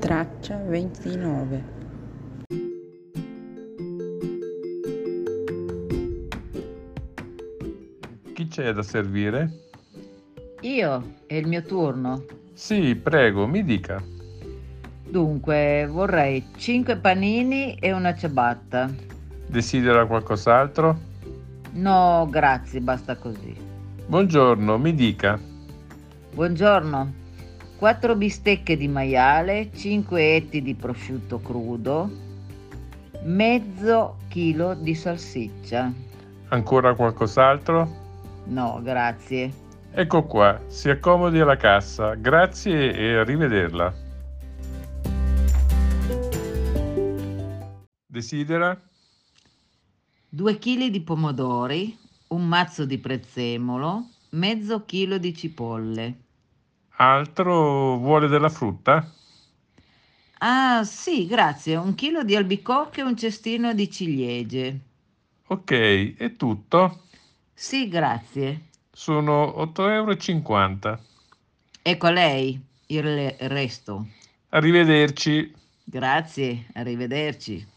Traccia 29. Chi c'è da servire? Io, è il mio turno. Sì, prego, mi dica. Dunque, vorrei 5 panini e una ciabatta. Desidera qualcos'altro? No, grazie, basta così. Buongiorno, mi dica. Buongiorno. 4 bistecche di maiale, 5 etti di prosciutto crudo, mezzo chilo di salsiccia. Ancora qualcos'altro? No, grazie. Ecco qua, si accomodi alla cassa. Grazie e arrivederla. Desidera? 2 chili di pomodori, un mazzo di prezzemolo, mezzo chilo di cipolle. Altro vuole della frutta? Ah, sì, grazie. 1 chilo di albicocche e un cestino di ciliegie. Ok, è tutto. Sì, grazie. Sono 8,50 euro. Ecco a lei il resto. Arrivederci. Grazie, arrivederci.